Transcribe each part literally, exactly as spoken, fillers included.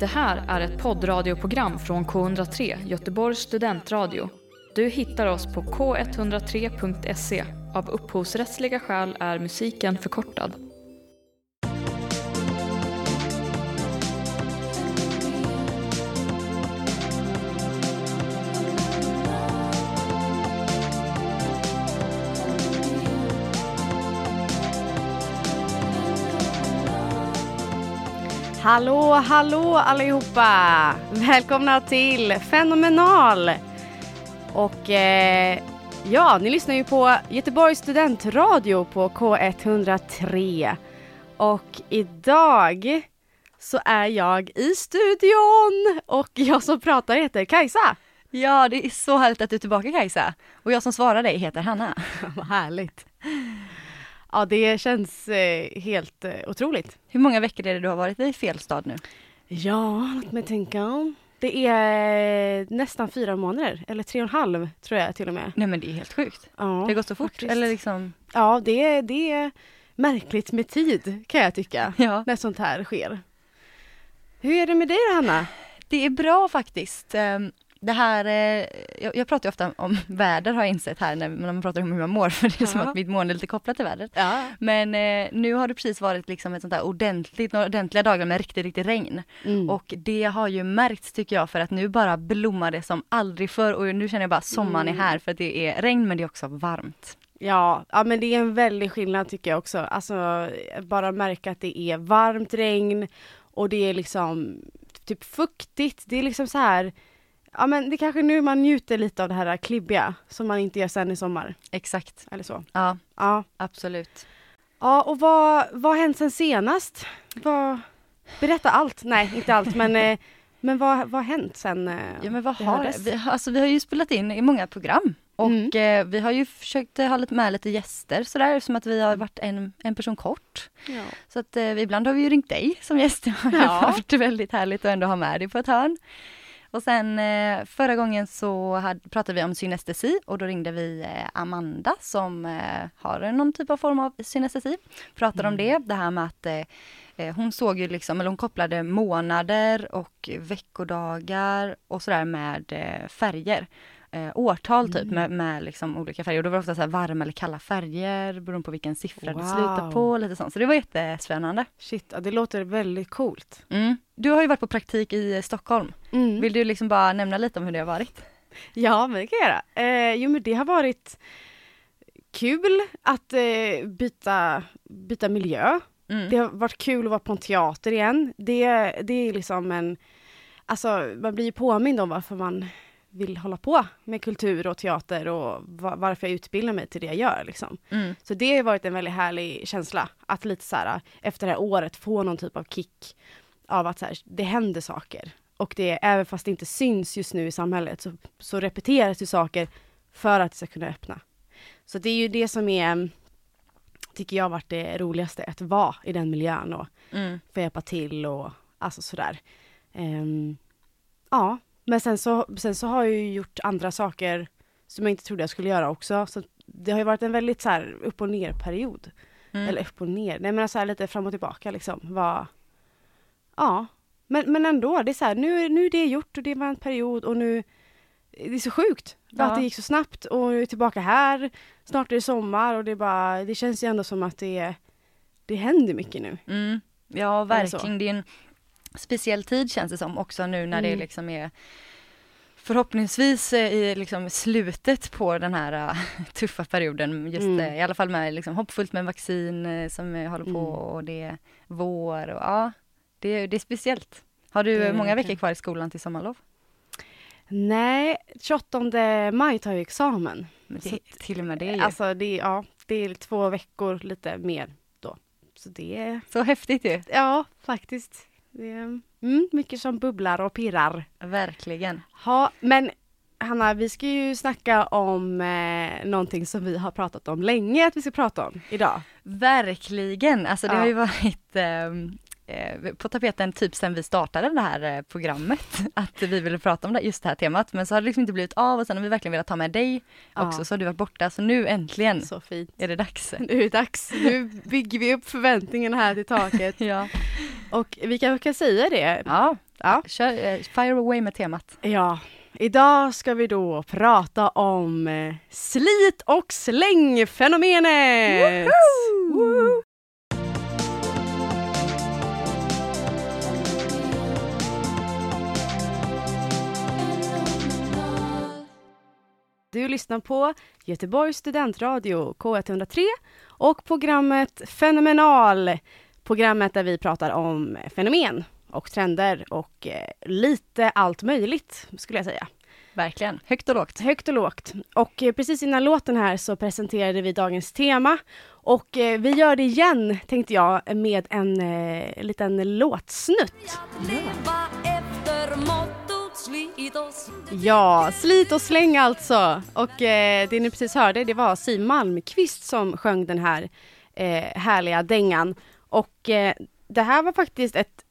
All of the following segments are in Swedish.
Det här är ett poddradioprogram från K ett noll tre, Göteborgs studentradio. Du hittar oss på k ett noll tre punkt se. Av upphovsrättsliga skäl är musiken förkortad. Hallå, hallå allihopa! Välkomna till Fenomenal! Och eh, ja, ni lyssnar ju på Göteborgs studentradio på K ett noll tre. Och idag så är jag i studion och jag som pratar heter Kajsa. Ja, det är så härligt att du är tillbaka, Kajsa. Och jag som svarar dig heter Hanna. Vad härligt. Ja, det känns eh, helt eh, otroligt. Hur många veckor är det du har varit i fel stad nu? Ja, låt mig tänka om. Det är nästan fyra månader, eller tre och en halv tror jag till och med. Nej, men det är helt sjukt. Ja, det går så fort, faktiskt. Eller liksom... Ja, det är, det är märkligt med tid kan jag tycka, ja. När sånt här sker. Hur är det med dig då, Hanna? Det är bra faktiskt. Det här, jag, jag pratar ju ofta om väder har jag insett här när, när man pratar om hur man mår, för det är ja. som att mitt mående är lite kopplat till vädret. Ja. Men eh, nu har det precis varit liksom ett sånt där ordentligt, några ordentliga dagar med riktigt, riktigt regn. Mm. Och det har ju märkts tycker jag, för att nu bara blommar det som aldrig förr, och nu känner jag bara att sommaren mm. är här, för att det är regn men det är också varmt. Ja, ja, men det är en väldig skillnad tycker jag också. Alltså bara märka att det är varmt regn och det är liksom typ fuktigt. Det är liksom så här. Ja, men det är kanske nu man njuter lite av det här klibbiga som man inte gör sen i sommar. Exakt. Eller så. Ja, ja. absolut. Ja, och vad, vad har hänt sen senast? Vad, berätta allt. Nej, inte allt, men, eh, men vad, vad har hänt sen? Eh, ja, men vad har det? Vi, alltså, vi har ju spelat in i många program. Och mm. eh, vi har ju försökt ha lite med lite gäster sådär, som att vi har varit en, en person kort. Ja. Så att eh, ibland har vi ju ringt dig som gäst. Det har ja. varit väldigt härligt att ändå ha med dig på ett hörn. Och sen eh, förra gången så hade, pratade vi om synestesi, och då ringde vi eh, Amanda som eh, har någon typ av form av synestesi. Pratade mm. om det, det här med att eh, hon såg ju liksom, eller hon kopplade månader och veckodagar och sådär med eh, färger. Eh, årtal typ mm. med, med liksom olika färger. Och då var det ofta så här varma eller kalla färger beroende på vilken siffra wow. det slutar på. Lite sånt. Så det var jättespännande. Shit, ja, det låter väldigt coolt. Mm. Du har ju varit på praktik i Stockholm. Mm. Vill du liksom bara nämna lite om hur det har varit? Ja, men det kan jag göra. Eh, jo, men det har varit kul att eh, byta, byta miljö. Mm. Det har varit kul att vara på en teater igen. Det, det är liksom en... Alltså, man blir ju påmind om varför man vill hålla på med kultur och teater och varför jag utbildar mig till det jag gör. Liksom. Mm. Så det har varit en väldigt härlig känsla att lite så här, efter det här året få någon typ av kick av att så här, det händer saker. Och det, även fast det inte syns just nu i samhället så, så repeteras ju saker för att det ska kunna öppna. Så det är ju det som är, tycker jag har varit det roligaste, att vara i den miljön och mm. få hjälpa till och alltså sådär. Um, ja. Men sen så, sen så har jag ju gjort andra saker som jag inte trodde jag skulle göra också. Så det har ju varit en väldigt så här upp och ner period. Mm. Eller upp och ner. Nej, men så här lite fram och tillbaka liksom. Var, ja, men, men ändå. Det är så här, nu, nu är det gjort och det var en period och nu, det är så sjukt. Ja. Att det gick så snabbt och jag är tillbaka här. Snart är det sommar och det bara, det känns ju ändå som att det, det händer mycket nu. Mm. Ja, verkligen. Det är en speciell tid känns det som också nu när mm. det liksom är förhoppningsvis i liksom slutet på den här uh, tuffa perioden. Just mm. uh, i alla fall med liksom, hoppfullt med vaccin uh, som uh, håller på mm. och det är vår och ja, det, det är speciellt. Har du det, många veckor kvar i skolan till sommarlov? Nej, tjugoåttonde maj tar vi examen. Men det, så, till och med det. Alltså det, ja, det är två veckor lite mer då. Så det är... Så häftigt ju. Ja, faktiskt. Det är mm, mycket som bubblar och pirrar. Verkligen. Ja, men Hanna, vi ska ju snacka om eh, någonting som vi har pratat om länge att vi ska prata om idag. Verkligen. Alltså det ja. har ju varit eh, eh, på tapeten typ sen vi startade det här eh, programmet. Att vi ville prata om det, just det här temat. Men så har det liksom inte blivit av och sen har vi verkligen velat ta med dig också. Ja. Så har du varit borta. Så nu äntligen så fint. Är det dags. Nu är det dags. Nu bygger vi upp förväntningarna här till taket. Ja. Och vi kan, kan säga det. Ja, Ja. Kör, fire away med temat. Ja, idag ska vi då prata om eh, slit- och slängfenomenet! Woohoo! Du lyssnar på Göteborgs studentradio K ett noll tre och programmet Fenomenal. Programmet där vi pratar om fenomen och trender och eh, lite allt möjligt skulle jag säga. Verkligen, högt och lågt. Högt och lågt. Och eh, precis innan låten här så presenterade vi dagens tema. Och eh, vi gör det igen tänkte jag med en eh, liten låtsnutt. Ja. Ja, slit och släng alltså. Och eh, det ni precis hörde, det var Siw Malmkvist som sjöng den här eh, härliga dängan. Och eh, det här var faktiskt ett,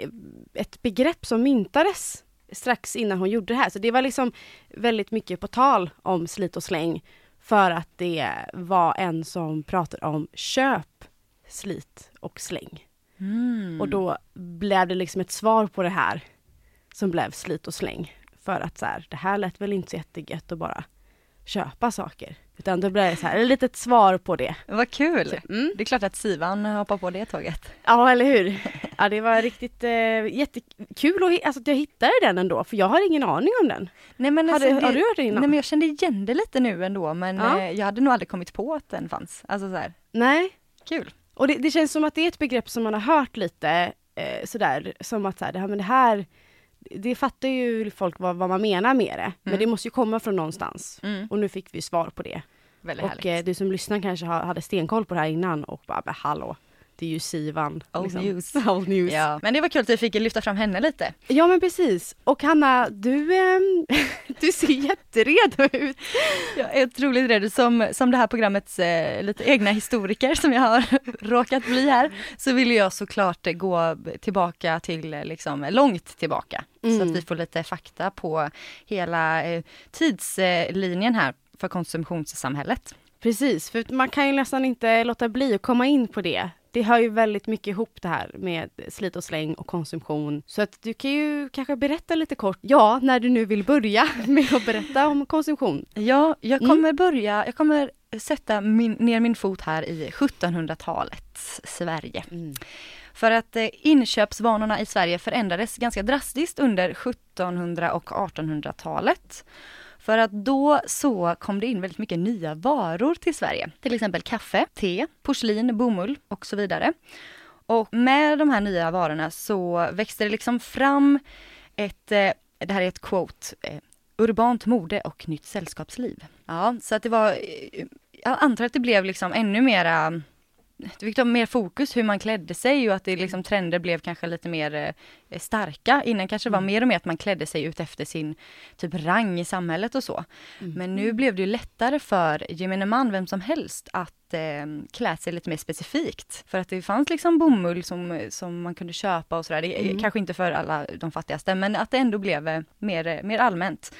ett begrepp som myntades strax innan hon gjorde det här. Så det var liksom väldigt mycket på tal om slit och släng. För att det var en som pratade om köp, slit och släng. Mm. Och då blev det liksom ett svar på det här som blev slit och släng. För att så här, det här lät väl inte så jättegött att bara köpa saker. Utan det blev så här, ett litet svar på det. Vad kul! Så, mm. Det är klart att Sivan hoppar på det tåget. Ja, eller hur? Ja, det var riktigt eh, jättekul och, alltså, att jag hittade den ändå. För jag har ingen aning om den. Nej, men alltså, har, det, har du hört det innan? Nej, men jag kände igen det lite nu ändå. Men ja. eh, jag hade nog aldrig kommit på att den fanns. Alltså så här. Nej. Kul. Och det, det känns som att det är ett begrepp som man har hört lite eh, sådär. Som att så här, det här, men det här... Det fattar ju folk vad, vad man menar med det. Mm. Men det måste ju komma från någonstans. Mm. Och nu fick vi svar på det. Väldigt och härligt. Eh, du som lyssnar kanske ha, hade stenkoll på det här innan. Och bara, men hallå, det är ju Sivan. Old liksom. news. Old news. Ja. Men det var kul att vi fick lyfta fram henne lite. Ja, men precis. Och Hanna, du, eh, du ser jätteredo ut. Jag är otroligt redo. Som, som det här programmets eh, lite egna historiker som jag har råkat bli här. Så vill jag såklart gå tillbaka till, liksom, långt tillbaka. Mm. Så att vi får lite fakta på hela eh, tidslinjen här för konsumtionssamhället. Precis, för man kan ju nästan inte låta bli att komma in på det. Det hör ju väldigt mycket ihop det här med slit och släng och konsumtion. Så att du kan ju kanske berätta lite kort, ja, när du nu vill börja med att berätta om konsumtion. Ja, jag kommer mm. börja, jag kommer sätta min, ner min fot här i sjuttonhundratalets Sverige. Mm. För att eh, inköpsvanorna i Sverige förändrades ganska drastiskt under sjuttonhundra- och artonhundratalet. För att då så kom det in väldigt mycket nya varor till Sverige. Till exempel kaffe, te, porslin, bomull och så vidare. Och med de här nya varorna så växte det liksom fram ett, eh, det här är ett quote, eh, urbant mode och nytt sällskapsliv. Ja, så att det var, eh, jag antar att det blev liksom ännu mera... Det fick ta mer fokus hur man klädde sig och att det liksom trender blev kanske lite mer eh, starka. Innan kanske det var mer och mer att man klädde sig ut efter sin typ rang i samhället och så. Mm. Men nu blev det ju lättare för gemene man, vem som helst, att eh, klä sig lite mer specifikt. För att det fanns liksom bomull som, som man kunde köpa och sådär. Det, mm. Kanske inte för alla de fattigaste, men att det ändå blev eh, mer, mer allmänt.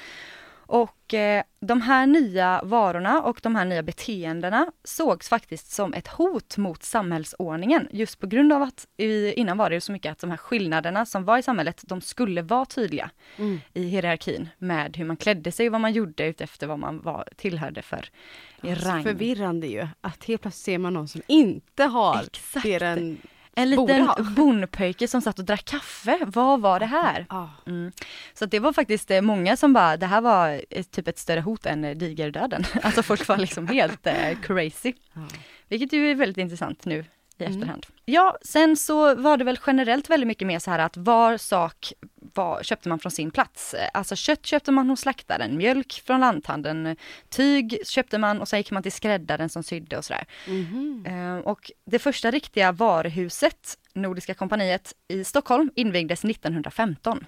Och eh, de här nya varorna och de här nya beteendena sågs faktiskt som ett hot mot samhällsordningen. Just på grund av att i, innan var det så mycket att de här skillnaderna som var i samhället, de skulle vara tydliga mm. i hierarkin med hur man klädde sig och vad man gjorde utefter vad man var, tillhörde för alltså, rang. Förvirrande ju att helt plötsligt ser man någon som inte har Exakt. det den En liten bondpöjke som satt och drack kaffe. Vad var det här? Mm. Så det var faktiskt många som bara, det här var typ ett större hot än digerdöden. Alltså folk var liksom helt eh, crazy. Vilket ju är väldigt intressant nu i efterhand. Mm. Ja, sen så var det väl generellt väldigt mycket mer så här att var sak var, köpte man från sin plats. Alltså kött köpte man hos slaktaren, mjölk från lanthandeln, tyg köpte man och sen gick man till skräddaren som sydde och sådär. Mm. Uh, och det första riktiga varuhuset, Nordiska kompaniet i Stockholm, invigdes nittonhundrafemton.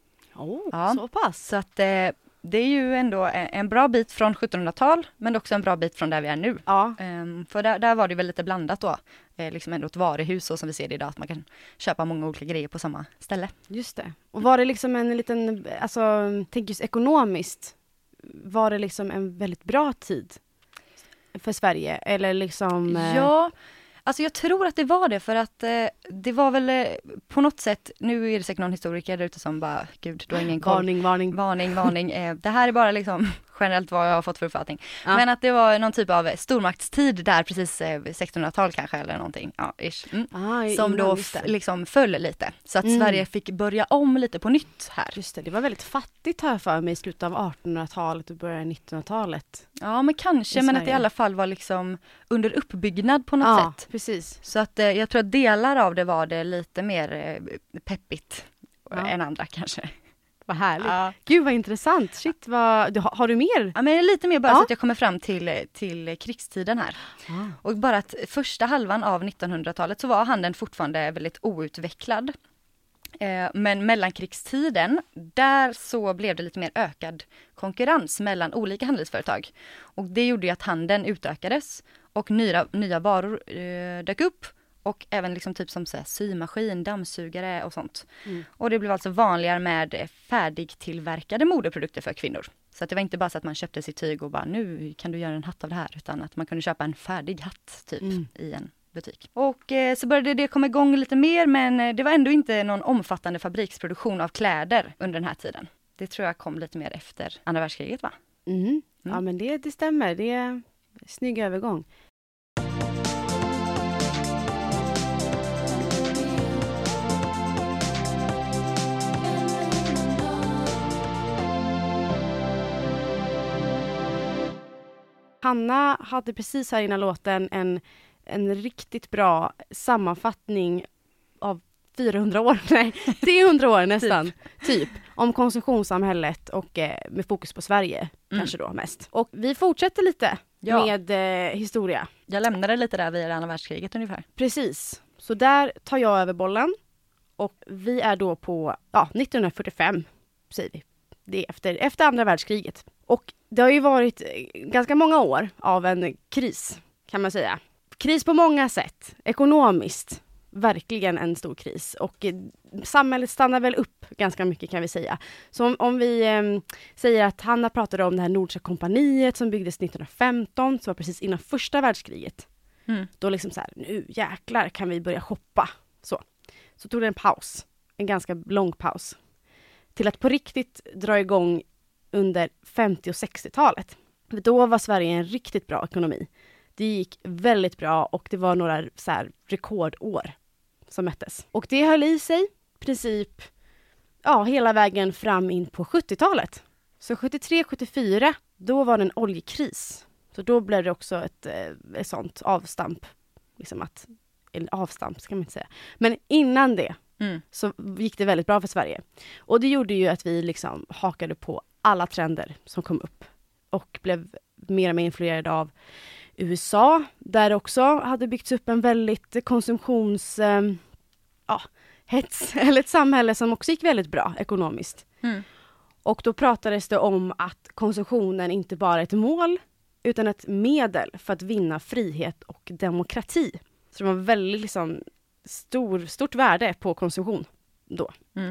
Oh, ja, så pass. Så att uh, det är ju ändå en bra bit från sjuttonhundratal, men också en bra bit från där vi är nu. Ja. Um, för där, där var det väl lite blandat då. Eh, liksom ändå ett varuhus och som vi ser det idag, att man kan köpa många olika grejer på samma ställe. Just det. Och var det liksom en liten, alltså tänk just ekonomiskt, var det liksom en väldigt bra tid för Sverige? Eller liksom... Eh... Ja, Alltså jag tror att det var det för att eh, det var väl eh, på något sätt, nu är det säkert någon historiker där ute som bara, gud, du har ingen koll. Varning, varning. Varning, varning. Eh, det här är bara liksom generellt vad jag har fått för uppfattning. Ja. Men att det var någon typ av stormaktstid där precis eh, sextonhundratal kanske eller någonting. Ja, ish. Mm. Ah, som då f- liksom föll lite. Så att mm. Sverige fick börja om lite på nytt här. Just det, det var väldigt fattigt här för mig i slutet av artonhundratalet och början av nittonhundratalet. Ja, men kanske, men att det i alla fall var liksom under uppbyggnad på något ja, sätt. Precis. Så att eh, jag tror att delar av det var det lite mer eh, peppigt ja. än andra kanske. Vad härligt. Ja. Gud vad intressant. Shit, vad, du, har, har du mer? Ja, men lite mer bara ja. så att jag kommer fram till, till krigstiden här. Ja. Och bara att första halvan av nittonhundratalet så var handeln fortfarande väldigt outvecklad. Eh, men mellankrigstiden, där så blev det lite mer ökad konkurrens mellan olika handelsföretag. Och det gjorde ju att handeln utökades och nya, nya varor eh, dök upp. Och även liksom typ som så här, symaskin, dammsugare och sånt. Mm. Och det blev alltså vanligare med färdigtillverkade modeprodukter för kvinnor. Så att det var inte bara så att man köpte sitt tyg och bara nu kan du göra en hatt av det här. Utan att man kunde köpa en färdig hatt typ mm. i en butik. Och eh, så började det komma igång lite mer, men det var ändå inte någon omfattande fabriksproduktion av kläder under den här tiden. Det tror jag kom lite mer efter andra världskriget, va? Mm. Mm. Ja, men det, det stämmer. Det är en snygg övergång. Hanna hade precis här innan låten en, en riktigt bra sammanfattning av fyrahundra år, nej, trehundra år nästan, typ. typ, om konsumtionssamhället och eh, med fokus på Sverige, mm. kanske då mest. Och vi fortsätter lite ja. med eh, historia. Jag lämnade lite där vid andra världskriget ungefär. Precis, så där tar jag över bollen och vi är då på ja, nittonhundrafyrtiofem, säger vi. Det är efter, efter andra världskriget. Och det har ju varit ganska många år av en kris, kan man säga. Kris på många sätt. Ekonomiskt, verkligen en stor kris. Och eh, samhället stannar väl upp ganska mycket, kan vi säga. Så om, om vi eh, säger att Hanna pratade om det här Nordiska kompaniet som byggdes nittonhundrafemton, så var precis innan första världskriget. Mm. Då liksom så här, nu jäklar kan vi börja shoppa. Så, så tog det en paus. En ganska lång paus. Till att på riktigt dra igång under femtio- och sextiotalet. För då var Sverige en riktigt bra ekonomi. Det gick väldigt bra och det var några så här rekordår som mättes. Och det höll i sig i princip ja, hela vägen fram in på sjuttiotalet. Så sjuttiotre sjuttiofyra, då var det en oljekris. Så då blev det också ett, ett sånt avstamp. Liksom att, eller avstamp ska man inte säga. Men innan det mm. så gick det väldigt bra för Sverige. Och det gjorde ju att vi liksom hakade på alla trender som kom upp. Och blev mer och mer influerade av U S A. Där också hade byggts upp en väldigt konsumtions... Eh, ja, hets. Eller ett samhälle som också gick väldigt bra ekonomiskt. Mm. Och då pratades det om att konsumtionen inte bara är ett mål utan ett medel för att vinna frihet och demokrati. Så det var väldigt liksom stor, stort värde på konsumtion då. Mm.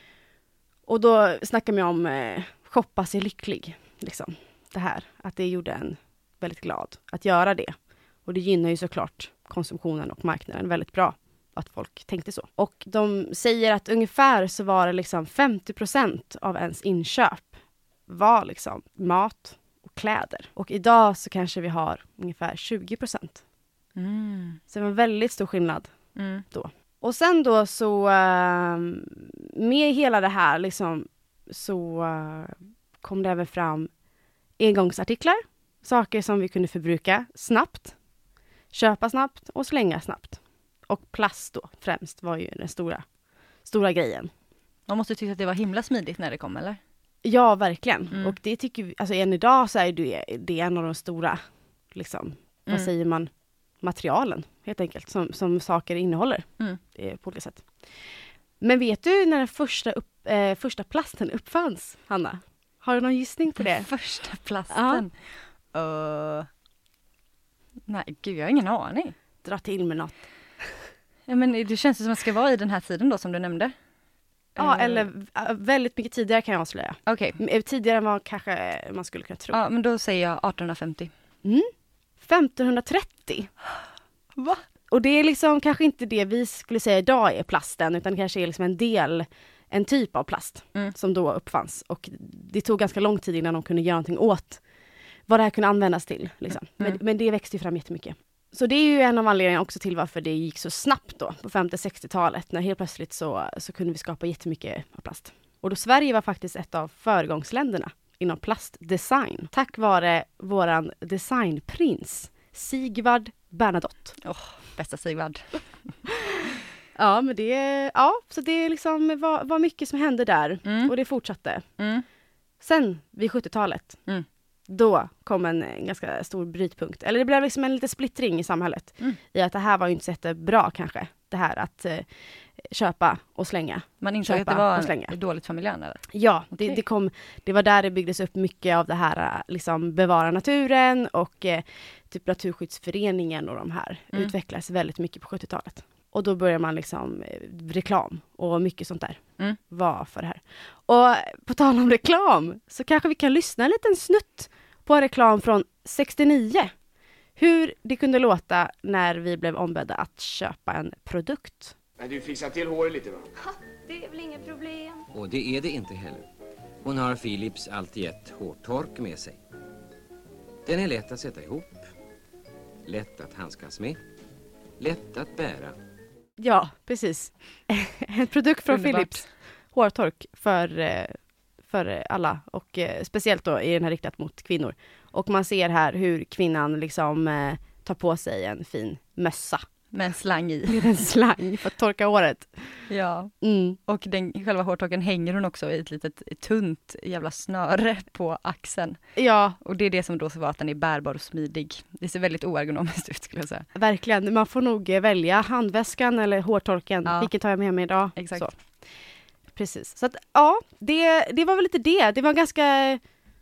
Och då snackar man om eh, shoppa sig lycklig. Liksom. Det här, att det gjorde en väldigt glad att göra det. Och det gynnar ju såklart konsumtionen och marknaden väldigt bra. Att folk tänkte så. Och de säger att ungefär så var det liksom femtio procent av ens inköp var liksom mat och kläder. Och idag så kanske vi har ungefär tjugo procent. Mm. Så det var en väldigt stor skillnad mm. då. Och sen då så uh, med hela det här liksom så uh, kom det även fram engångsartiklar. Saker som vi kunde förbruka snabbt, köpa snabbt och slänga snabbt. Och plast då främst var ju den stora, stora grejen. Man måste tycka att det var himla smidigt när det kom, eller? Ja, verkligen. Mm. Och det tycker vi, alltså än idag så är det, det är en av de stora, liksom, mm. vad säger man, materialen helt enkelt, som, som saker innehåller mm. eh, på olika sätt. Men vet du när den första, upp, eh, första plasten uppfanns, Hanna? Har du någon gissning på det? Den första plasten? Uh, nej, gud, jag har ingen aning. Dra till med något. Ja, men det känns som att det ska vara i den här tiden då som du nämnde. Ja, uh. eller väldigt mycket tidigare kan jag avslöja. Okej. Okay. Tidigare än vad kanske man skulle kunna tro. Ja, men då säger jag arton femtio. Mm. femtonhundratrettio. Va? Och det är liksom kanske inte det vi skulle säga idag är plasten, utan det kanske är liksom en del, en typ av plast mm. som då uppfanns. Och det tog ganska lång tid innan de kunde göra någonting åt vad det här kunde användas till. Liksom. Mm. Men, men det växte ju fram jättemycket. Så det är ju en av anledningarna också till varför det gick så snabbt då på femtio-sextiotalet, när helt plötsligt så, så kunde vi skapa jättemycket av plast. Och då Sverige var faktiskt ett av föregångsländerna inom plastdesign. Tack vare våran designprins Sigvard Bernadotte. Åh, oh, bästa Sigvard. Ja, men det, ja, så det liksom var, var mycket som hände där. Mm. Och det fortsatte. Mm. Sen vid sjuttiotalet, mm. då kom en ganska stor brytpunkt. Eller det blev liksom en liten splittring i samhället. Mm. I att det här var ju inte så jättebra kanske. Det här att eh, köpa och slänga. Man insåg att det var dåligt för miljön, eller? Ja, okay. det, det, kom, det var där det byggdes upp mycket av det här, liksom bevara naturen och eh, typ Naturskyddsföreningen och de här mm. utvecklades väldigt mycket på sjuttiotalet. Och då börjar man liksom eh, reklam och mycket sånt där mm. var för det här. Och på tal om reklam så kanske vi kan lyssna en liten snutt på en reklam från sextionio. Hur det kunde låta när vi blev ombedda att köpa en produkt. Men du fixar till håret lite, va? Ha, det är väl inget problem. Och det är det inte heller. Hon har Philips Altiette hårtork med sig. Den är lätt att sätta ihop. Lätt att handskas med. Lätt att bära. Ja, precis. En produkt från Underbart. Philips hårtork för, för alla. Och speciellt då är den här riktat mot kvinnor. Och man ser här hur kvinnan liksom eh, tar på sig en fin mössa. Med en slang i. Med en slang för att torka håret. Ja, mm. och den, själva hårtorken hänger hon också i ett litet tunt jävla snöre på axeln. Ja. Och det är det som då så var att den är bärbar och smidig. Det ser väldigt oergonomiskt ut, skulle jag säga. Verkligen, man får nog välja handväskan eller hårtorken. Ja. Vilket tar jag med mig idag? Exakt. Så. Precis, så att ja, det, det var väl lite det. Det var ganska...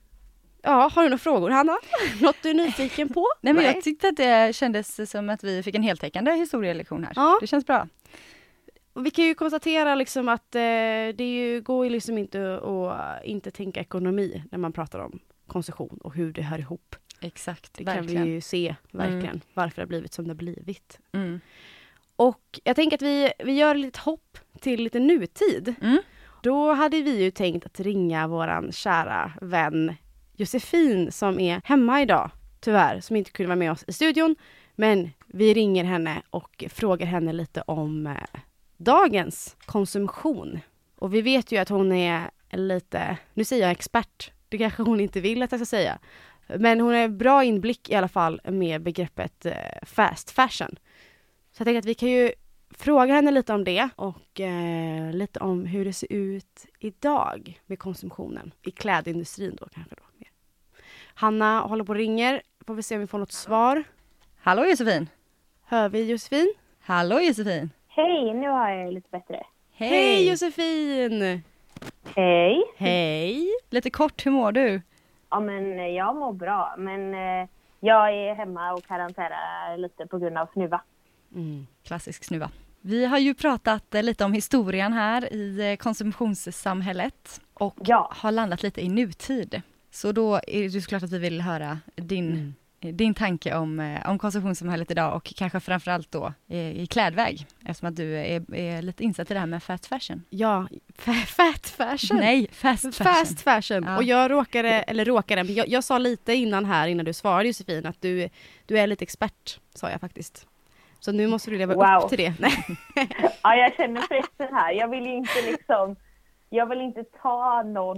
Ja, har du några frågor, Hanna? Något du är nyfiken på? Nej, men Nej. Jag tyckte att det kändes som att vi fick en heltäckande historielektion här. Ja. Det känns bra. Och vi kan ju konstatera liksom att eh, det ju, går ju liksom inte att inte tänka ekonomi när man pratar om konsumtion och hur det hör ihop. Exakt, det verkligen. kan vi ju se verkligen mm. varför det har blivit som det har blivit. Mm. Och jag tänker att vi, vi gör lite hopp till lite nutid. Mm. Då hade vi ju tänkt att ringa våran kära vän Josefin som är hemma idag, tyvärr, som inte kunde vara med oss i studion. Men vi ringer henne och frågar henne lite om eh, dagens konsumtion. Och vi vet ju att hon är lite, nu säger jag expert, det kanske hon inte vill att jag ska säga. Men hon har bra inblick i alla fall med begreppet eh, fast fashion. Så jag tänker att vi kan ju fråga henne lite om det och eh, lite om hur det ser ut idag med konsumtionen i klädindustrin då kanske då. Hanna håller på och ringer. Får vi se om vi får något svar. Hallå Josefin. Hör vi Josefin? Hallå Josefin. Hej, nu har jag lite bättre. Hej, Hej Josefin. Hej. Hej. Lite kort, hur mår du? Ja, men jag mår bra. Men eh, jag är hemma och karantärar lite på grund av snuva. Mm. Klassisk snuva. Vi har ju pratat eh, lite om historien här i eh, konsumtionssamhället. Och ja. har landat lite i nutid. Så då är det såklart att vi vill höra din, mm. din tanke om, om konsumtionssamhället idag och kanske framförallt då i, i klädväg, eftersom att du är, är lite insatt i det här med fast fashion. Ja, f- fat fashion. Nej, fast fashion. Fast fashion. Ja. Och jag råkade, eller råkade, jag, jag sa lite innan här, innan du svarade Josefin, att du, du är lite expert, sa jag faktiskt. Så nu måste du leva wow. upp till det. Nej. Ja, jag känner pressen här. Jag vill inte liksom, jag vill inte ta någon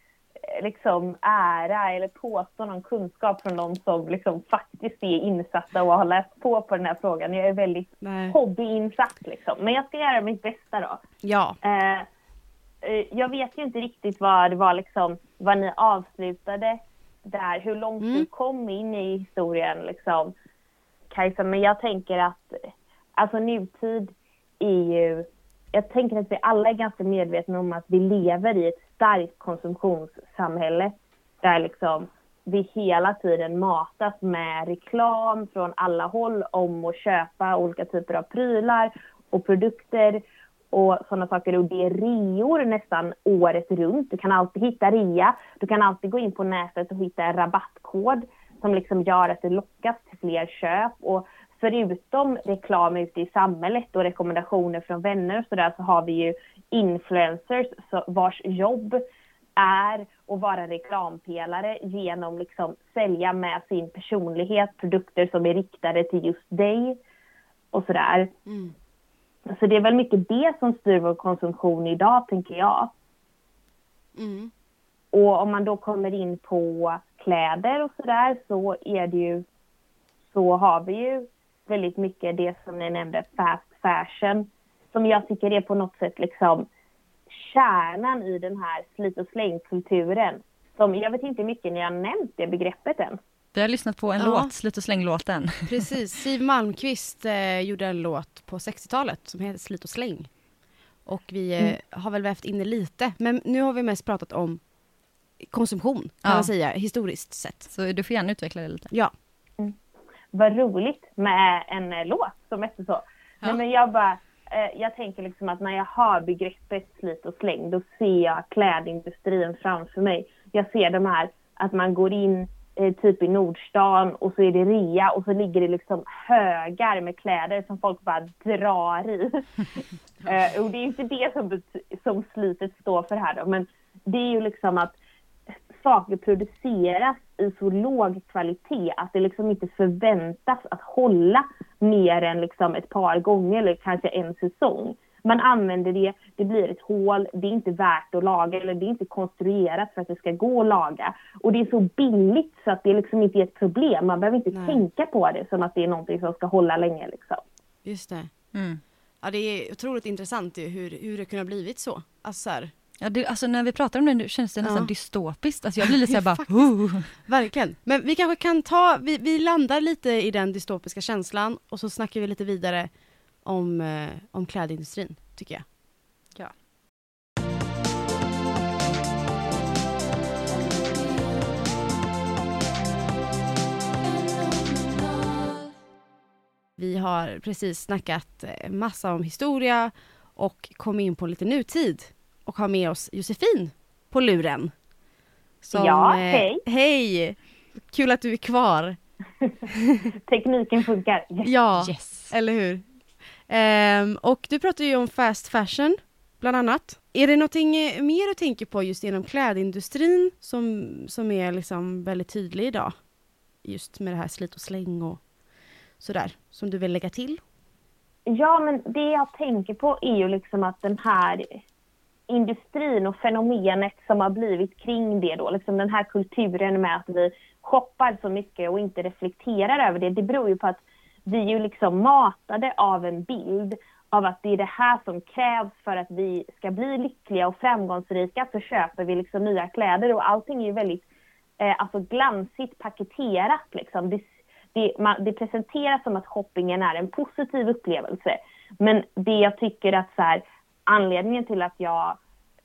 liksom ära eller påstå någon kunskap från någon som liksom faktiskt är insatta och har läst på på den här frågan. Jag är väldigt Nej. hobbyinsatt liksom. Men jag ska göra mitt bästa då. Ja. Eh, jag vet ju inte riktigt vad det var liksom, vad ni avslutade där, hur långt mm. du kom in i historien liksom, Kajsa. Men jag tänker att alltså nutid är ju, jag tänker att vi alla är ganska medvetna om att vi lever i ett starkt konsumtionssamhälle där liksom vi hela tiden matas med reklam från alla håll om att köpa olika typer av prylar och produkter och sådana saker. Och det är reor nästan året runt. Du kan alltid hitta rea. Du kan alltid gå in på nätet och hitta en rabattkod som liksom gör att det lockas till fler köp. Och förutom reklam ute i samhället och rekommendationer från vänner och sådär, så har vi ju influencers vars jobb är att vara reklampelare genom liksom sälja med sin personlighet produkter som är riktade till just dig och sådär. Mm. Så det är väl mycket det som styr vår konsumtion idag, tänker jag. Mm. Och om man då kommer in på kläder och sådär, så är det ju, så har vi ju väldigt mycket det som ni nämnde, fast fashion, som jag tycker är på något sätt liksom kärnan i den här slit- och slängkulturen. Som, jag vet inte mycket ni har nämnt det begreppet än. Vi har lyssnat på en ja. låt, Slit- och släng-låten. Precis, Siw Malmkvist eh, gjorde en låt på sextiotalet som heter Slit och släng. Och vi eh, mm. har väl vävt in det lite. Men nu har vi mest pratat om konsumtion, kan ja. man säga, historiskt sett. Så du får gärna utveckla det lite. Ja. Mm. Vad roligt med en eh, låt som heter så. Ja. Nej, men jag bara... Jag tänker liksom att när jag har begreppet slit och släng, då ser jag klädindustrin framför mig. Jag ser de här, att man går in eh, typ i Nordstan och så är det rea och så ligger det liksom högar med kläder som folk bara drar i. eh, och det är inte det som, som slitet står för här då, men det är ju liksom att saker produceras i så låg kvalitet att det liksom inte förväntas att hålla mer än liksom ett par gånger eller kanske en säsong. Man använder det, det blir ett hål, det är inte värt att laga eller det är inte konstruerat för att det ska gå att laga. Och det är så billigt så att det liksom inte är ett problem. Man behöver inte Nej. tänka på det som att det är någonting som ska hålla länge liksom. Just det. Mm. Ja, det är otroligt intressant hur, hur det kunde ha blivit så. Alltså här. Ja, det, alltså när vi pratar om det nu känns det nästan ja. dystopiskt. Alltså jag blir lite så här bara... Uh. Verkligen. Men vi kanske kan ta... Vi, vi landar lite i den dystopiska känslan och så snackar vi lite vidare om, eh, om klädindustrin, tycker jag. Ja. Vi har precis snackat massa om historia och kom in på lite nutid. Och har med oss Josefin på luren. Som, ja, hej. Eh, hej! Kul att du är kvar. Tekniken funkar. Yes. Ja, yes. Eller hur? Ehm, och du pratar ju om fast fashion, bland annat. Är det någonting mer du tänker på just inom klädindustrin som, som är liksom väldigt tydlig idag? Just med det här slit och släng och sådär, som du vill lägga till? Ja, men det jag tänker på är ju liksom att den här... industrin och fenomenet som har blivit kring det då, liksom den här kulturen med att vi shoppar så mycket och inte reflekterar över det, det beror ju på att vi är ju liksom matade av en bild av att det är det här som krävs för att vi ska bli lyckliga och framgångsrika, så köper vi liksom nya kläder och allting är ju väldigt eh, alltså glansigt paketerat liksom. Det, det, man, det presenteras som att shoppingen är en positiv upplevelse, men det jag tycker att så här, anledningen till att jag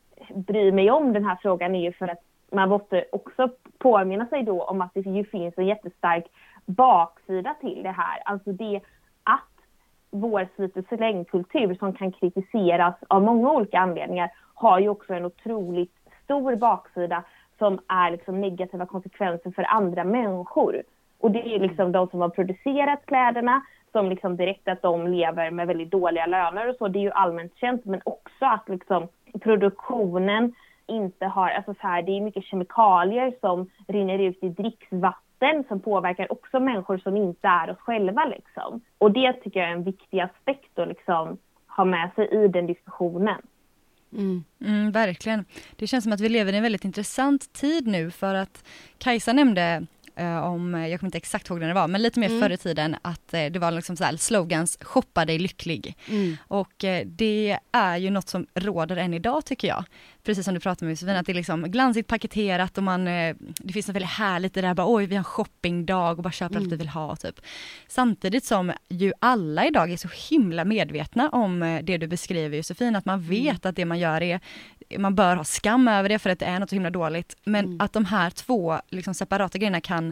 bryr mig om den här frågan är ju för att man måste också påminna sig då om att det ju finns en jättestark baksida till det här. Alltså det att vår slit- och slängkultur som kan kritiseras av många olika anledningar har ju också en otroligt stor baksida som är liksom negativa konsekvenser för andra människor. Och det är ju liksom de som har producerat kläderna, som liksom direkt att de lever med väldigt dåliga löner och så, det är ju allmänt känt, men också att liksom produktionen inte har, alltså så här, det är mycket kemikalier som rinner ut i dricksvatten som påverkar också människor som inte är oss själva liksom. Och det tycker jag är en viktig aspekt att liksom ha med sig i den diskussionen. Mm. Mm, verkligen. Det känns som att vi lever i en väldigt intressant tid nu, för att Kajsa nämnde om, jag kommer inte exakt ihåg när det var, men lite mer mm. förr i tiden, att eh, det var liksom så här slogans, shoppa dig lycklig. Mm. Och eh, det är ju något som råder än idag, tycker jag. Precis som du pratade med Josefin, att det är liksom glansigt paketerat och man, eh, det finns något väldigt härligt i det där, bara, oj vi har en shoppingdag och bara köper mm. allt vi vill ha typ. Samtidigt som ju alla idag är så himla medvetna om eh, det du beskriver, Josefin, att man vet mm. att det man gör är, man bör ha skam över det för att det är något så himla dåligt. Men mm. att de här två liksom, separata grejerna kan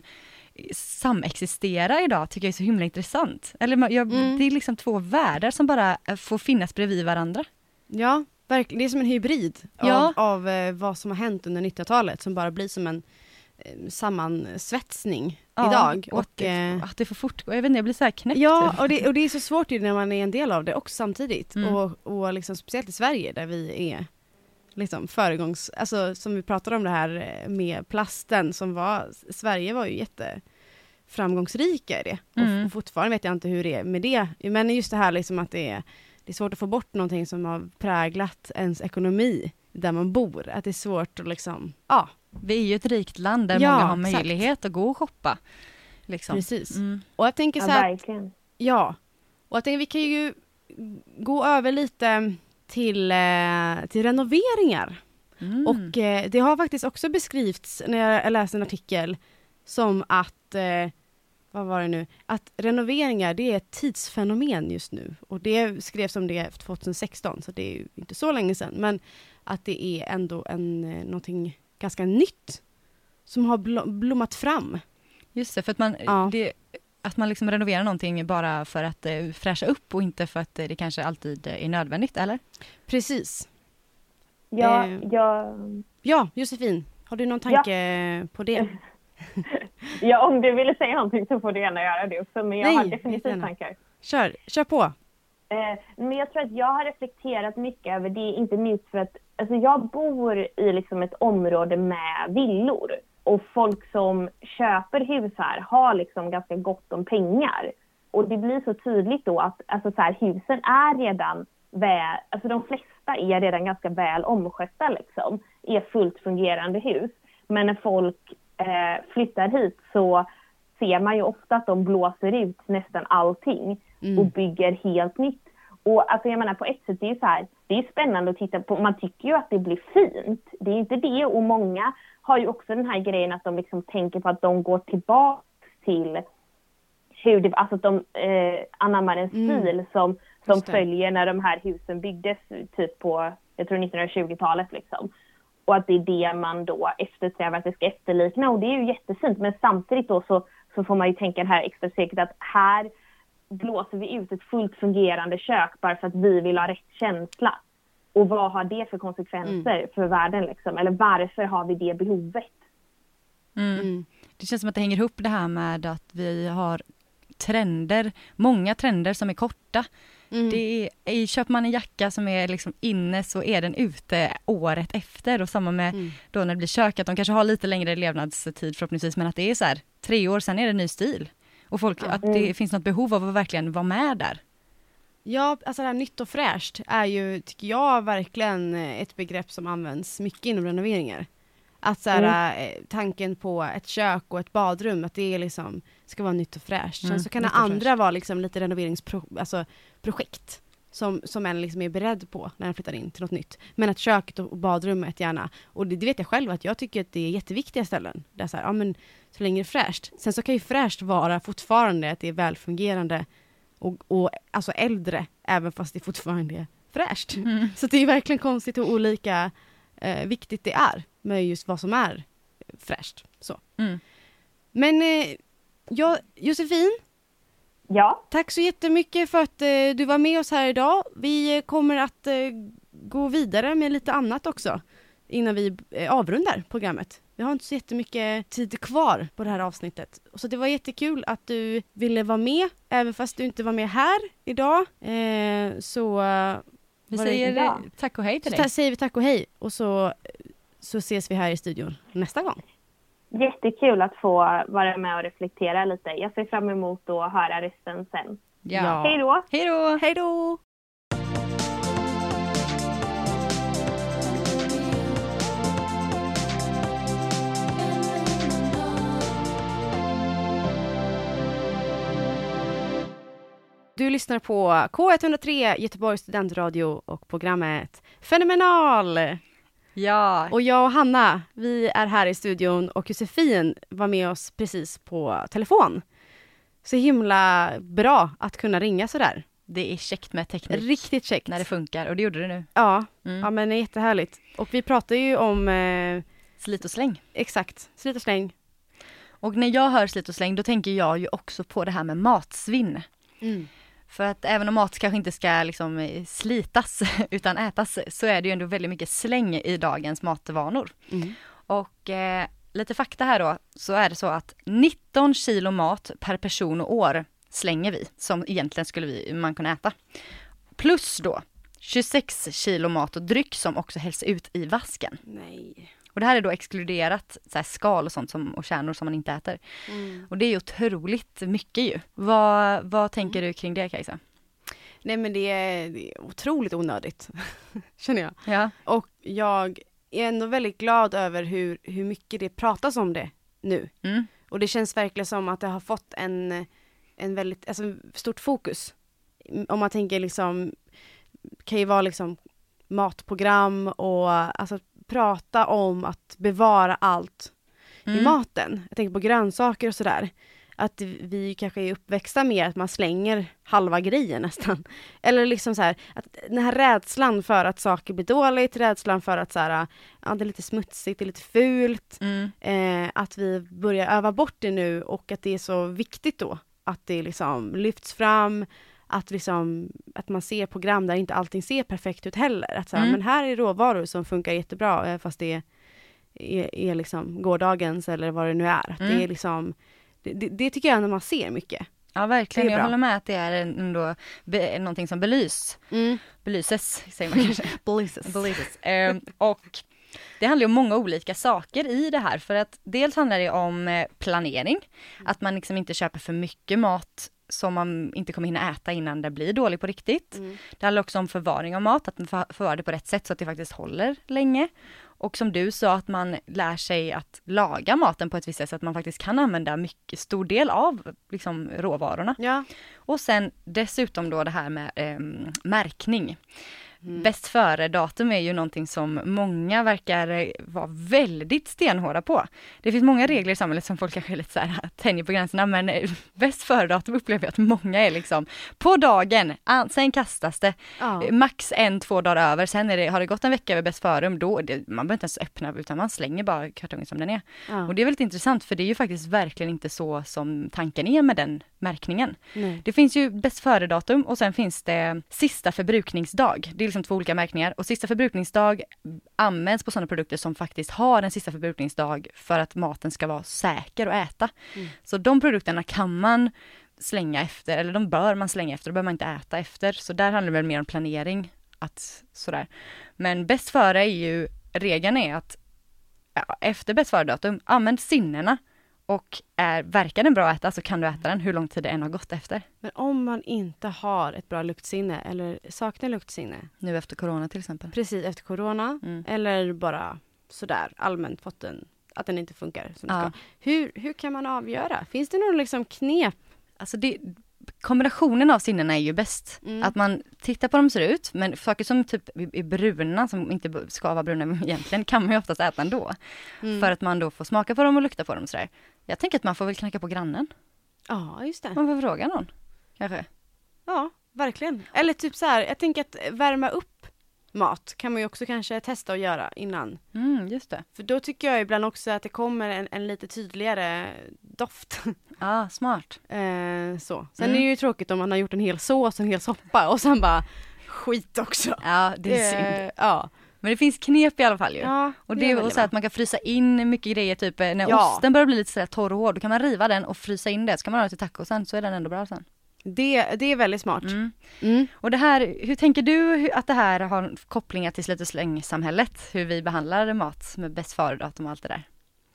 samexistera idag tycker jag är så himla intressant. Eller jag, mm. det är liksom två världar som bara får finnas bredvid varandra. Ja, verkligen. Det är som en hybrid ja. av, av eh, vad som har hänt under nittiotalet som bara blir som en sammansvetsning ja, idag. Och, och att, det, att det får fortgå. Jag vet inte, jag blir så här knäppt. Ja, och det, och det är så svårt ju när man är en del av det också samtidigt. Mm. Och, och liksom, speciellt i Sverige där vi är liksom föregångs... Alltså som vi pratade om det här med plasten som var... Sverige var ju jätteframgångsrika i det. Mm. Och, och fortfarande vet jag inte hur det är med det. Men just det här liksom att det är, det är svårt att få bort någonting som har präglat ens ekonomi där man bor. Att det är svårt att liksom... Ja. Vi är ju ett rikt land där ja, många har exakt. möjlighet att gå och shoppa. Liksom. Precis. Mm. Och jag tänker så ja, här... verkligen. Ja. Och jag tänker vi kan ju gå över lite till, eh, till renoveringar. Mm. Och eh, det har faktiskt också beskrivits när jag läste en artikel som att, eh, vad var det nu? Att renoveringar, det är ett tidsfenomen just nu. Och det skrevs om det tjugohundrasexton, så det är ju inte så länge sedan. Men att det är ändå en, någonting ganska nytt som har bl- blommat fram. Just det, för att man, ja. det, att man liksom renoverar någonting bara för att eh, fräscha upp och inte för att eh, det kanske alltid är nödvändigt, eller? Precis. Ja, eh, jag... ja, Josefin, har du någon tanke ja. på det? Ja, om du ville säga någonting så får du gärna göra det också, men jag Nej, har definitivt tankar. Kör, kör på. Eh, men jag tror att jag har reflekterat mycket över det, inte minst för att alltså jag bor i liksom ett område med villor. Och folk som köper hus här har liksom ganska gott om pengar. Och det blir så tydligt då att alltså så här, husen är redan väl, alltså de flesta är redan ganska väl omskötta liksom. Är fullt fungerande hus. Men när folk eh, flyttar hit så ser man ju ofta att de blåser ut nästan allting. Mm. Och bygger helt nytt. Och alltså jag menar på ett sätt det är så här, det är spännande att titta på. Man tycker ju att det blir fint. Det är inte det. Och många har ju också den här grejen att de liksom tänker på att de går tillbaka till hur det, alltså att de eh, anammar en stil mm. som, som följer när de här husen byggdes typ på, jag tror nittonhundratjugotalet liksom. Och att det är det man då eftersträvar att det ska efterlikna. Och det är ju jättefint. Men samtidigt då så, så får man ju tänka det här extra säkert att här blåser vi ut ett fullt fungerande kök bara för att vi vill ha rätt känsla. Och vad har det för konsekvenser mm. för världen liksom? Eller varför har vi det behovet? Mm. Mm. Det känns som att det hänger ihop det här med att vi har trender, många trender som är korta. Mm. Det är, köper man en jacka som är liksom inne så är den ute året efter. Och samma med mm. då när det blir kök, att de kanske har lite längre levnadstid förhoppningsvis, men att det är så här, tre år sen är det en ny stil. Och folk, mm. att det finns något behov av att verkligen vara med där. Ja, alltså det här nytt och fräscht är ju, tycker jag, verkligen ett begrepp som används mycket inom renoveringar. Att så här, mm. tanken på ett kök och ett badrum, att det är liksom, ska vara nytt och fräscht. Sen mm, så kan det andra fräscht. vara liksom lite renoveringsprojekt alltså projekt som, som en liksom är beredd på när den flyttar in till något nytt. Men att köket och badrummet gärna, och det, det vet jag själv att jag tycker att det är jätteviktiga ställen. Det är så här, ja men så länge det är fräscht. Sen så kan ju fräscht vara fortfarande att det är välfungerande och, och alltså äldre, även fast det fortfarande är fräscht. Mm. Så det är verkligen konstigt hur olika eh, viktigt det är med just vad som är fräscht. Så. Mm. Men eh, ja, Josefin, ja. tack så jättemycket för att eh, du var med oss här idag. Vi kommer att eh, gå vidare med lite annat också innan vi eh, avrundar programmet. Vi har inte så jättemycket tid kvar på det här avsnittet. Så det var jättekul att du ville vara med, även fast du inte var med här idag. Eh, så vi säger det, tack och hej till dig. Så säger vi tack och hej, och så, så ses vi här i studion nästa gång. Jättekul att få vara med och reflektera lite. Jag ser fram emot att höra resten sen. Ja. Ja. Hej då! Hej då! Hej då! Du lyssnar på K ett noll tre Göteborgs studentradio och programmet Fenomenal. Ja. Och jag och Hanna, vi är här i studion och Josefin var med oss precis på telefon. Så himla bra att kunna ringa så där. Det är käckt med teknik. Riktigt käckt. När det funkar, och det gjorde det nu. Ja, mm. ja men det är jättehärligt. Och vi pratar ju om... Eh, slit och släng. Exakt, slit och släng. Och när jag hör slit och släng, då tänker jag ju också på det här med matsvinn. Mm. För att även om mat kanske inte ska liksom slitas utan ätas, så är det ju ändå väldigt mycket släng i dagens matvanor. Mm. Och eh, lite fakta här då, så är det så att nitton kilo mat per person och år slänger vi, som egentligen skulle vi, man kunna äta. Plus då tjugosex kilo mat och dryck som också hälls ut i vasken. Nej. Och det här är då exkluderat så här skal och sånt som, och kärnor som man inte äter. Mm. Och det är ju otroligt mycket ju. Vad, vad tänker mm. du kring det, Kajsa? Nej, men det är, det är otroligt onödigt, känner jag. Ja. Och jag är ändå väldigt glad över hur, hur mycket det pratas om det nu. Mm. Och det känns verkligen som att det har fått en, en väldigt, alltså stort fokus. Om man tänker liksom, kan ju vara liksom matprogram och alltså prata om att bevara allt mm. i maten. Jag tänker på grönsaker och sådär. Att vi kanske är uppväxta med att man slänger halva grejen nästan. Eller liksom så här, att den här rädslan för att saker blir dåligt, rädslan för att så här, ja, det är lite smutsigt, det är lite fult. Mm. Eh, att vi börjar öva bort det nu och att det är så viktigt då att det liksom lyfts fram. Att, liksom, att man ser program där inte allting ser perfekt ut heller. Att så här, mm. men här är råvaror som funkar jättebra fast det är, är, är liksom gårdagens eller vad det nu är. Att mm. det, är liksom, det, det, det tycker jag när man ser mycket. Ja, verkligen. Jag håller med att det är ändå be, någonting som belys. Mm. Belyses, säger man kanske. Belyses. Belyses. Um, och det handlar ju om många olika saker i det här. För att dels handlar det om planering. Mm. Att man liksom inte köper för mycket mat som man inte kommer hinna äta innan det blir dåligt på riktigt. Mm. Det handlar också om förvaring av mat, att man förvarar det på rätt sätt så att det faktiskt håller länge. Och som du sa, att man lär sig att laga maten på ett visst sätt så att man faktiskt kan använda mycket stor del av liksom, råvarorna. Ja. Och sen dessutom då det här med eh, märkning. Mm. Bäst före datum är ju någonting som många verkar vara väldigt stenhårda på. Det finns många regler i samhället som folk kanske är lite så här tänjer på gränserna, men bäst före datum upplever jag att många är liksom på dagen, sen kastas det oh. max en, två dagar över, sen är det, har det gått en vecka över bäst före, då det, man behöver inte ens öppna utan man slänger bara kartongen som den är. Oh. Och det är väldigt intressant för det är ju faktiskt verkligen inte så som tanken är med den märkningen. Nej. Det finns ju bäst före datum och sen finns det sista förbrukningsdag. Det är liksom två olika märkningar och sista förbrukningsdag används på sådana produkter som faktiskt har en sista förbrukningsdag för att maten ska vara säker att äta. Mm. Så de produkterna kan man slänga efter, eller de bör man slänga efter, då bör man inte äta efter. Så där handlar det väl mer om planering. Att, sådär. Men bäst före är ju, regeln är att ja, efter bäst före datum, använd sinnena. Och är, verkar den bra att äta så kan du äta den hur lång tid det än har gått efter. Men om man inte har ett bra luktsinne eller saknar luktsinne. Nu efter corona till exempel. Precis, efter corona. Mm. Eller bara sådär allmänt fått en, att den inte funkar som ja. ska. Hur, hur kan man avgöra? Finns det någon liksom knep? Alltså det, kombinationen av sinnena är ju bäst. Mm. Att man tittar på dem ser ut, men saker som typ är bruna, som inte ska vara bruna egentligen, kan man ju oftast äta ändå. Mm. För att man då får smaka på dem och lukta på dem sådär. Jag tänker att man får väl knacka på grannen. Ja, just det. Man får fråga någon, kanske. Ja, verkligen. Eller typ så här, jag tänker att värma upp mat kan man ju också kanske testa att göra innan. Mm, just det. För då tycker jag ibland också att det kommer en, en lite tydligare doft. Ja, ah, smart. eh, så. Sen mm. är det ju tråkigt om man har gjort en hel sås, en hel soppa och sen bara skit också. Ja, det är eh, synd. Ja. Men det finns knep i alla fall ju. Ja, och det är väl så att man kan frysa in mycket grejer, typ när ja. osten börjar bli lite sådär torr och hård, då kan man riva den och frysa in det. Så kan man ha det till tacosen, så är den ändå bra sen. Det, det är väldigt smart. Mm. Mm. Och det här, hur tänker du att det här har kopplingar till slit och släng-samhället? Hur vi behandlar mat med bäst före-datum och allt det där?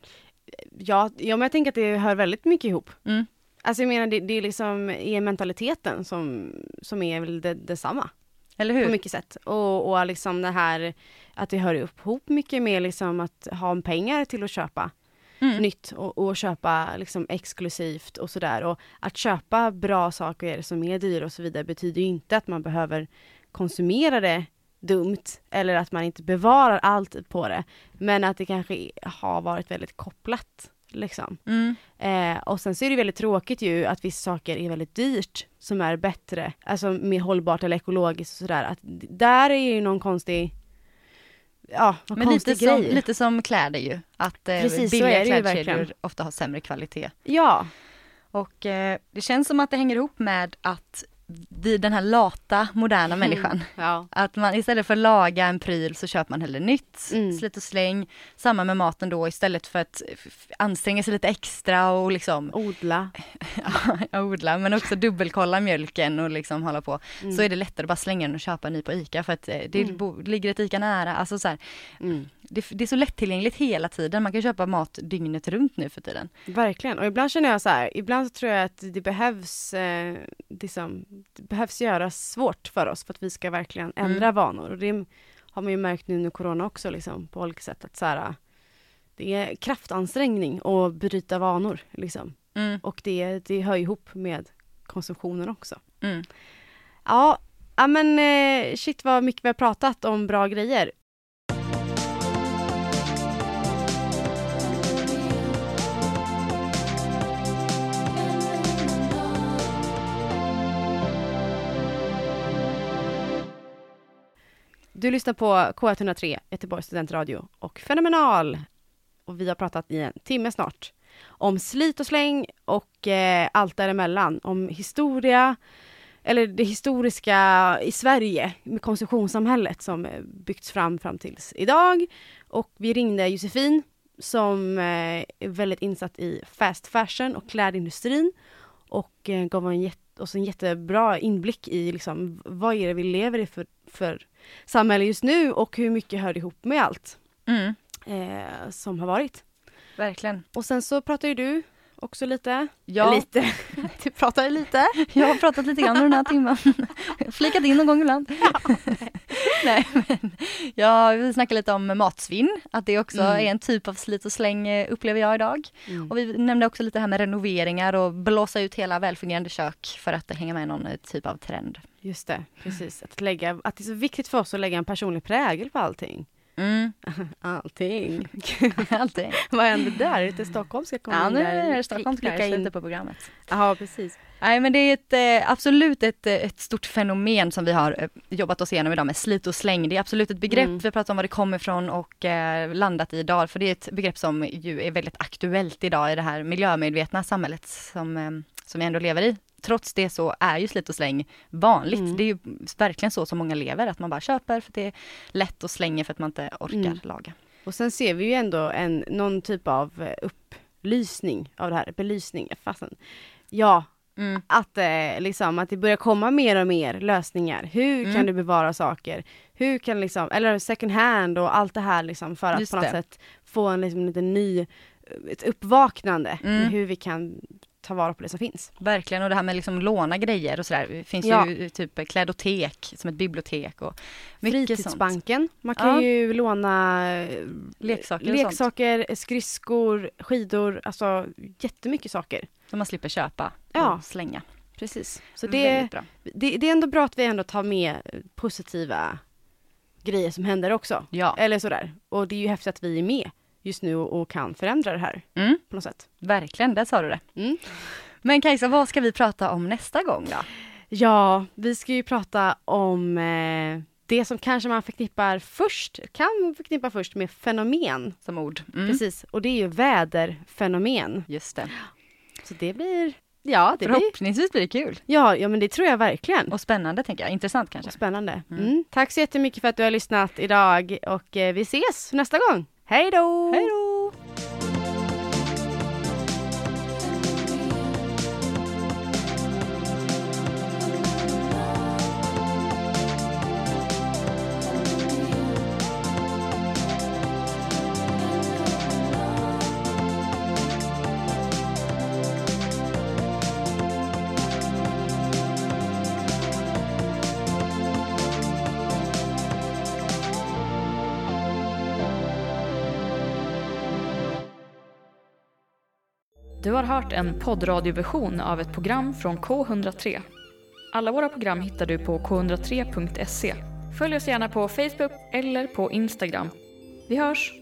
Ja, ja, men jag tänker att det hör väldigt mycket ihop. Mm. Alltså jag menar, det, det är liksom är mentaliteten som, som är väl det, detsamma. Eller hur? På mycket sätt. Och, och liksom det här att det hör ihop mycket med liksom att ha pengar till att köpa mm. nytt och, och köpa liksom exklusivt och sådär. Och att köpa bra saker som är dyra och så vidare betyder ju inte att man behöver konsumera det dumt eller att man inte bevarar allt på det. Men att det kanske har varit väldigt kopplat. Liksom. Mm. Eh, och sen så är det väldigt tråkigt ju att vissa saker är väldigt dyrt som är bättre, alltså mer hållbart eller ekologiskt och sådär. Att där är ju någon konstig ja, någon men konstig lite grej. Som, lite som kläder ju. Att eh, Precis, billiga klädkedjor ofta har sämre kvalitet. Ja. Och eh, det känns som att det hänger ihop med att vi, den här lata, moderna människan. Mm. Ja. Att man istället för att laga en pryl så köper man hellre nytt, Mm. slit och släng. Samma med maten då, istället för att f- anstränga sig lite extra och liksom Odla. ja, odla, men också dubbelkolla mjölken och liksom hålla på. Mm. Så är det lättare att bara slänga den och köpa en ny på ICA för att eh, det Mm. bo, ligger ett ICA nära. Alltså så här, Mm. det, det är så lättillgängligt hela tiden. Man kan köpa mat dygnet runt nu för tiden. Verkligen. Och ibland känner jag så här, ibland så tror jag att det behövs eh, liksom, det behövs göras svårt för oss för att vi ska verkligen ändra Mm. vanor. Och det har man ju märkt nu under corona också liksom, på olika sätt. Att så här, det är kraftansträngning att bryta vanor. Liksom. Mm. Och det, det hör ihop med konsumtionen också. Mm. Ja, ja men eh, shit vad mycket vi har pratat om bra grejer. Du lyssnar på K ett noll tre, Göteborgs studentradio och Fenomenal. Och vi har pratat i en timme snart om slit och släng och eh, allt däremellan. Om historia, eller det historiska i Sverige med konsumtionssamhället som eh, byggts fram fram tills idag. Och vi ringde Josefin som eh, är väldigt insatt i fast fashion och klädindustrin. Och eh, gav en jätte, oss en jättebra inblick i liksom, vad är det vi lever i för, för samhälle just nu och hur mycket hör ihop med allt Mm. eh, som har varit. Verkligen. Och sen så pratar ju du också lite. Ja. Lite. Du pratar lite. Jag har pratat lite grann under den här timmen. Flikat in någon gång ibland. Ja. Nej, men ja, vi snackar lite om matsvinn. Att det också Mm. är en typ av slit och släng eh, upplever jag idag. Mm. Och vi nämnde också lite här med renoveringar och blåsa ut hela välfungerande kök för att hänga med någon typ av trend. Just det, precis. Att, lägga, att det är så viktigt för oss att lägga en personlig prägel på allting. Mm. Allting. Allting. Vad hände där? Är det lite stockholmska? Ja, nu är det Klicka Stockholmska in. lite på programmet. Ja, precis. Nej, men det är ett, eh, absolut ett, eh, ett stort fenomen som vi har eh, jobbat oss igenom idag med slit och släng. Det är absolut ett begrepp, Mm. vi har pratat om var det kommer ifrån och eh, landat i idag. För det är ett begrepp som ju är väldigt aktuellt idag i det här miljömedvetna samhället som, eh, som vi ändå lever i. Trots det så är ju slit och släng vanligt. Mm. Det är ju verkligen så som många lever, att man bara köper för att det är lätt och slänger för att man inte orkar Mm. laga. Och sen ser vi ju ändå en, någon typ av eh, upplysning av det här, belysning. Fasen. Ja, Mm. att, eh, liksom, att det börjar komma mer och mer lösningar. Hur Mm. kan du bevara saker? Hur kan liksom, eller second hand och allt det här liksom, för att Just på något det. sätt få en liksom, lite ny, ett uppvaknande Mm. i hur vi kan ta vara på det som finns. Verkligen, och det här med liksom låna grejer och sådär. Det finns Ja. ju typ klädotek som ett bibliotek och mycket sånt. Fritidsbanken, man kan Ja. ju låna eh, Leksaker och sånt. leksaker, skridskor, skidor, alltså jättemycket saker. Som man slipper köpa Ja. och slänga. Precis. Så det, Väldigt bra. det, det är ändå bra att vi ändå tar med positiva grejer som händer också. Ja, Eller sådär. Och det är ju häftigt att vi är med just nu och, och kan förändra det här mm, på något sätt. verkligen, där sa du det. Mm. Men Kajsa, vad ska vi prata om nästa gång då? Ja, vi ska ju prata om eh, det som kanske man förknippar först, kan förknippa först med fenomen. Som ord. Mm. Precis, och det är ju väderfenomen. Just det. Så det blir, ja, det blir, Förhoppningsvis blir det kul. ja, ja men det tror jag verkligen. Och spännande tänker jag. Intressant kanske. Och spännande. Mm. Mm. Tack så jättemycket för att du har lyssnat idag och eh, vi ses nästa gång. Hej då! Hej då! Du har hört en poddradioversion av ett program från K ett noll tre. Alla våra program hittar du på k ett noll tre punkt se. Följ oss gärna på Facebook eller på Instagram. Vi hörs!